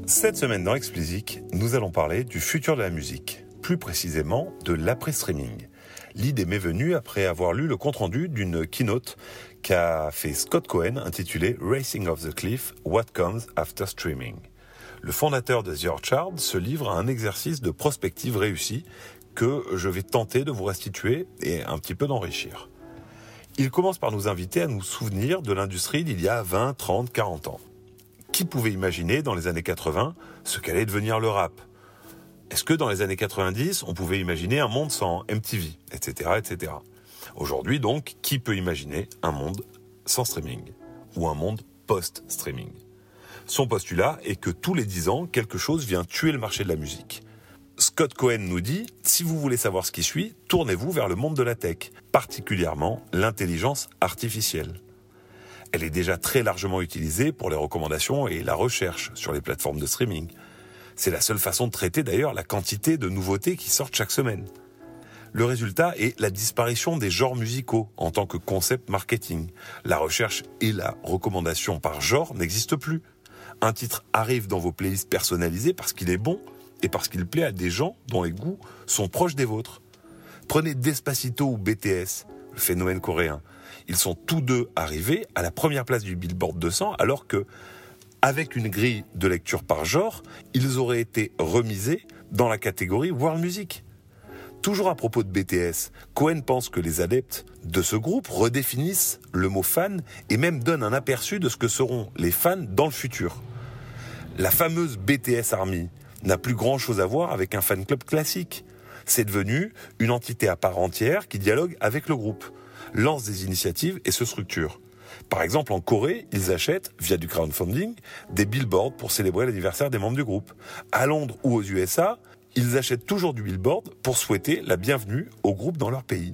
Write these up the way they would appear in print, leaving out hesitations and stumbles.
Cette semaine dans Explicit, nous allons parler du futur de la musique, plus précisément de l'après-streaming. L'idée m'est venue après avoir lu le compte-rendu d'une keynote qu'a fait Scott Cohen intitulée « Racing off the Cliff, What Comes After Streaming ». Le fondateur de The Orchard se livre à un exercice de prospective réussi que je vais tenter de vous restituer et un petit peu d'enrichir. Il commence par nous inviter à nous souvenir de l'industrie d'il y a 20, 30, 40 ans. Qui pouvait imaginer dans les années 80 ce qu'allait devenir le rap ? Est-ce que dans les années 90, on pouvait imaginer un monde sans MTV, etc., etc. Aujourd'hui donc, qui peut imaginer un monde sans streaming ? Ou un monde post-streaming ? Son postulat est que tous les 10 ans, quelque chose vient tuer le marché de la musique. Scott Cohen nous dit « Si vous voulez savoir ce qui suit, tournez-vous vers le monde de la tech, particulièrement l'intelligence artificielle. » Elle est déjà très largement utilisée pour les recommandations et la recherche sur les plateformes de streaming. C'est la seule façon de traiter d'ailleurs la quantité de nouveautés qui sortent chaque semaine. Le résultat est la disparition des genres musicaux en tant que concept marketing. La recherche et la recommandation par genre n'existent plus. Un titre arrive dans vos playlists personnalisées parce qu'il est bon et parce qu'il plaît à des gens dont les goûts sont proches des vôtres. Prenez Despacito ou BTS, le phénomène coréen. Ils sont tous deux arrivés à la première place du Billboard 200 alors que, avec une grille de lecture par genre, ils auraient été remisés dans la catégorie World Music. Toujours à propos de BTS, Cohen pense que les adeptes de ce groupe redéfinissent le mot fan et même donnent un aperçu de ce que seront les fans dans le futur. La fameuse BTS Army n'a plus grand-chose à voir avec un fan club classique. C'est devenu une entité à part entière qui dialogue avec le groupe, lance des initiatives et se structure. Par exemple, en Corée, ils achètent, via du crowdfunding, des billboards pour célébrer l'anniversaire des membres du groupe. À Londres ou aux USA, ils achètent toujours du billboard pour souhaiter la bienvenue au groupe dans leur pays.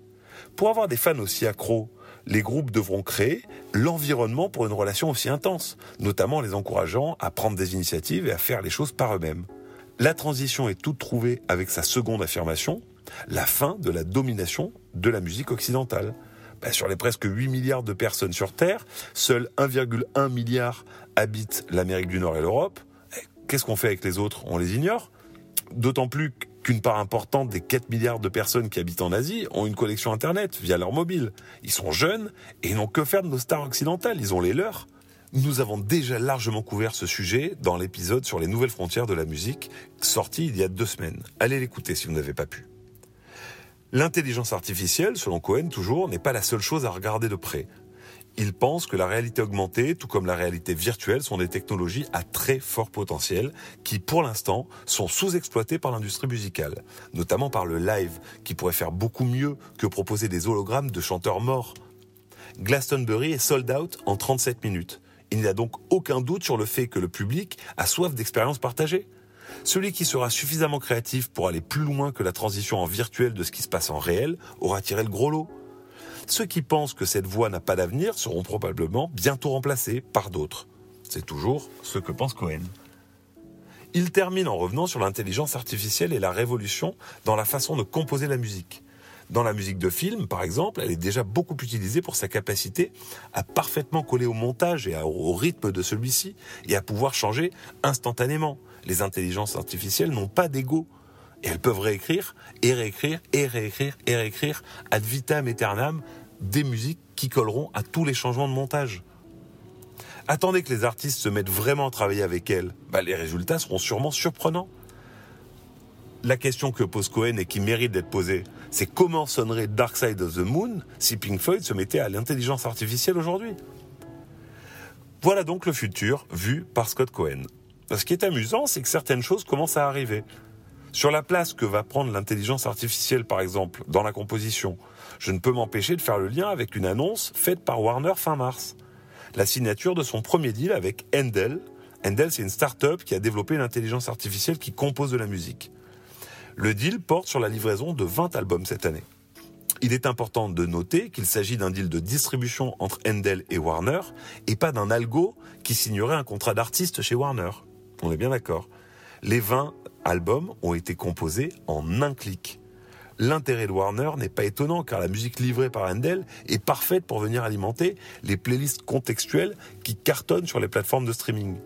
Pour avoir des fans aussi accros, les groupes devront créer l'environnement pour une relation aussi intense, notamment les encourageant à prendre des initiatives et à faire les choses par eux-mêmes. La transition est toute trouvée avec sa seconde affirmation, la fin de la domination de la musique occidentale. Sur les presque 8 milliards de personnes sur Terre, seuls 1,1 milliard habitent l'Amérique du Nord et l'Europe. Qu'est-ce qu'on fait avec les autres ? On les ignore ? D'autant plus qu'une part importante des 4 milliards de personnes qui habitent en Asie ont une connexion Internet via leur mobile. Ils sont jeunes et ils n'ont que faire de nos stars occidentales, ils ont les leurs. Nous avons déjà largement couvert ce sujet dans l'épisode sur les nouvelles frontières de la musique, sorti il y a 2 semaines. Allez l'écouter si vous n'avez pas pu. L'intelligence artificielle, selon Cohen toujours, n'est pas la seule chose à regarder de près. Il pense que la réalité augmentée, tout comme la réalité virtuelle, sont des technologies à très fort potentiel qui, pour l'instant, sont sous-exploitées par l'industrie musicale, notamment par le live, qui pourrait faire beaucoup mieux que proposer des hologrammes de chanteurs morts. Glastonbury est sold out en 37 minutes. Il n'y a donc aucun doute sur le fait que le public a soif d'expériences partagées. Celui qui sera suffisamment créatif pour aller plus loin que la transition en virtuel de ce qui se passe en réel aura tiré le gros lot. Ceux qui pensent que cette voie n'a pas d'avenir seront probablement bientôt remplacés par d'autres. C'est toujours ce que pense Cohen. Il termine en revenant sur l'intelligence artificielle et la révolution dans la façon de composer la musique. Dans la musique de film, par exemple, elle est déjà beaucoup utilisée pour sa capacité à parfaitement coller au montage et au rythme de celui-ci et à pouvoir changer instantanément. Les intelligences artificielles n'ont pas d'ego. Et elles peuvent réécrire, et réécrire, et réécrire, et réécrire ad vitam aeternam des musiques qui colleront à tous les changements de montage. Attendez que les artistes se mettent vraiment à travailler avec elles. Les résultats seront sûrement surprenants. La question que pose Cohen et qui mérite d'être posée, c'est comment sonnerait Dark Side of the Moon si Pink Floyd se mettait à l'intelligence artificielle aujourd'hui ? Voilà donc le futur vu par Scott Cohen. Ce qui est amusant, c'est que certaines choses commencent à arriver. Sur la place que va prendre l'intelligence artificielle, par exemple, dans la composition, je ne peux m'empêcher de faire le lien avec une annonce faite par Warner fin mars. La signature de son premier deal avec Endel. Endel, c'est une start-up qui a développé l'intelligence artificielle qui compose de la musique. Le deal porte sur la livraison de 20 albums cette année. Il est important de noter qu'il s'agit d'un deal de distribution entre Endel et Warner et pas d'un algo qui signerait un contrat d'artiste chez Warner. On est bien d'accord. Les 20 albums ont été composés en un clic. L'intérêt de Warner n'est pas étonnant car la musique livrée par Endel est parfaite pour venir alimenter les playlists contextuelles qui cartonnent sur les plateformes de streaming.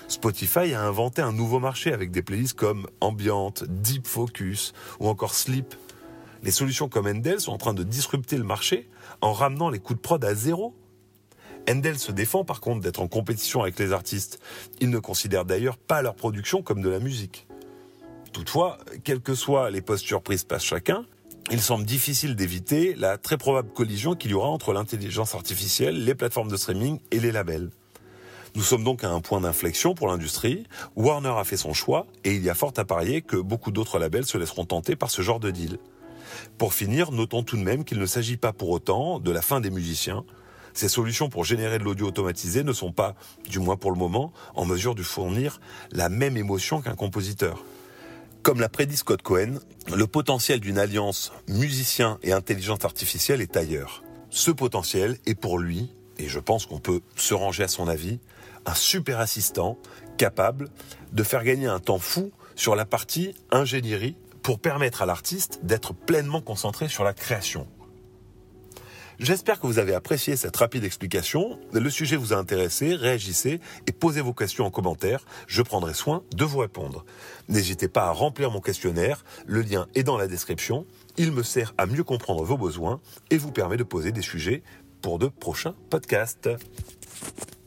Spotify a inventé un nouveau marché avec des playlists comme Ambient, Deep Focus ou encore Sleep. Les solutions comme Endel sont en train de disrupter le marché en ramenant les coûts de prod à zéro. Endel se défend par contre d'être en compétition avec les artistes. Ils ne considèrent d'ailleurs pas leur production comme de la musique. Toutefois, quelles que soient les postures prises par chacun, il semble difficile d'éviter la très probable collision qu'il y aura entre l'intelligence artificielle, les plateformes de streaming et les labels. Nous sommes donc à un point d'inflexion pour l'industrie. Warner a fait son choix et il y a fort à parier que beaucoup d'autres labels se laisseront tenter par ce genre de deal. Pour finir, notons tout de même qu'il ne s'agit pas pour autant de la fin des musiciens. Ces solutions pour générer de l'audio automatisé ne sont pas, du moins pour le moment, en mesure de fournir la même émotion qu'un compositeur. Comme l'a prédit Scott Cohen, le potentiel d'une alliance musicien et intelligence artificielle est ailleurs. Ce potentiel est pour lui, et je pense qu'on peut se ranger à son avis, un super assistant capable de faire gagner un temps fou sur la partie ingénierie pour permettre à l'artiste d'être pleinement concentré sur la création. J'espère que vous avez apprécié cette rapide explication. Le sujet vous a intéressé, réagissez et posez vos questions en commentaire. Je prendrai soin de vous répondre. N'hésitez pas à remplir mon questionnaire. Le lien est dans la description. Il me sert à mieux comprendre vos besoins et vous permet de poser des sujets pour de prochains podcasts.